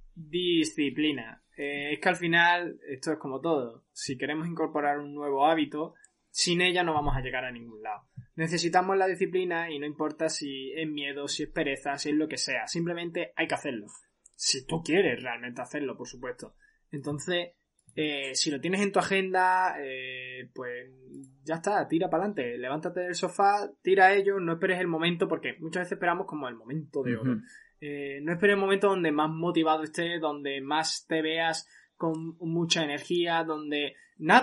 disciplina. Es que al final esto es como todo. Si queremos incorporar un nuevo hábito, sin ella no vamos a llegar a ningún lado. Necesitamos la disciplina y no importa si es miedo, si es pereza, si es lo que sea. Simplemente hay que hacerlo. Si tú quieres realmente hacerlo, por supuesto. Entonces, si lo tienes en tu agenda, pues ya está, tira para adelante. Levántate del sofá, tira a ello, no esperes el momento, porque muchas veces esperamos como el momento de oro. No esperes el momento donde más motivado estés, donde más te veas con mucha energía, donde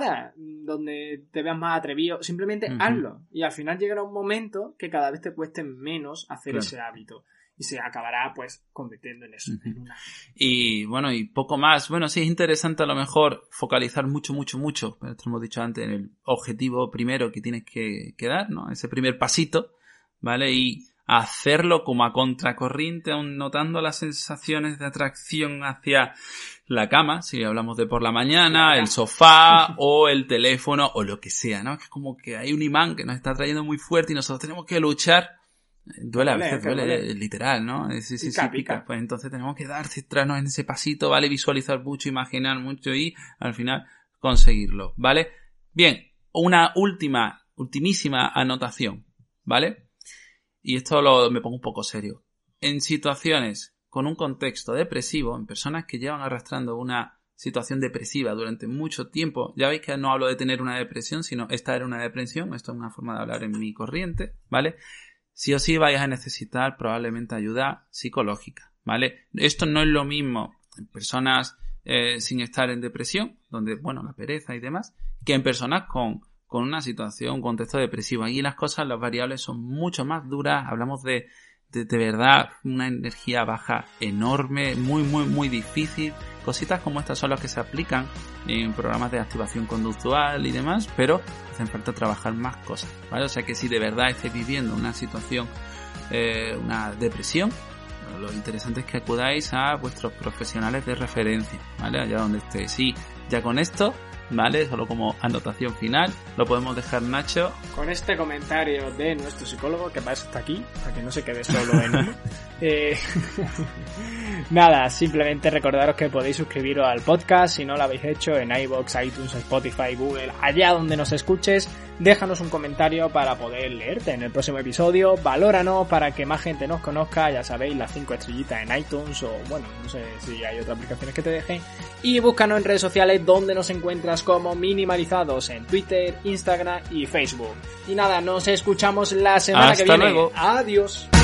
te veas más atrevido. Simplemente hazlo. Y al final llegará un momento que cada vez te cueste menos hacer ese hábito. Y se acabará, pues, convirtiendo en eso. En una... Y, bueno, y poco más. Bueno, sí es interesante a lo mejor focalizar mucho. Pero esto hemos dicho antes, en el objetivo primero que tienes que dar, ¿no? Ese primer pasito, ¿vale? Y hacerlo como a contracorriente, aún notando las sensaciones de atracción hacia la cama, si hablamos de por la mañana, el sofá o el teléfono o lo que sea, ¿no? Es como que hay un imán que nos está trayendo muy fuerte y nosotros tenemos que luchar. Duele, a veces duele, literal, ¿no? Sí, pica. Pues entonces tenemos que centrarnos en ese pasito, ¿vale? Visualizar mucho, imaginar mucho y al final conseguirlo, ¿vale? Bien, una ultimísima anotación, ¿vale? Y esto me pongo un poco serio. En situaciones con un contexto depresivo, en personas que llevan arrastrando una situación depresiva durante mucho tiempo, ya veis que no hablo de tener una depresión, sino estar en una depresión, esto es una forma de hablar en mi corriente, ¿vale? Sí o sí vais a necesitar probablemente ayuda psicológica, ¿vale? Esto no es lo mismo en personas sin estar en depresión, donde, bueno, la pereza y demás, que en personas con una situación, un contexto depresivo. Aquí las variables son mucho más duras. Hablamos de verdad una energía baja enorme, muy difícil. Cositas como estas son las que se aplican en programas de activación conductual y demás, pero hacen falta trabajar más cosas, ¿vale? O sea que si de verdad estáis viviendo una situación, una depresión, lo interesante es que acudáis a vuestros profesionales de referencia, ¿vale? Allá donde estéis. Y ya con esto ¿vale? Solo como anotación final. Lo podemos dejar, Nacho. Con este comentario de nuestro psicólogo, que para eso está aquí, para que no se quede solo en uno. Nada, simplemente recordaros que podéis suscribiros al podcast si no lo habéis hecho en iVoox, iTunes, Spotify, Google, allá donde nos escuches. Déjanos un comentario para poder leerte en el próximo episodio. Valóranos para que más gente nos conozca. Ya sabéis, las 5 estrellitas en iTunes o, bueno, no sé si hay otras aplicaciones que te dejen. Y búscanos en redes sociales donde nos encuentras como Minimalizados en Twitter, Instagram y Facebook. Y nada, nos escuchamos la semana que viene. Hasta luego. Adiós.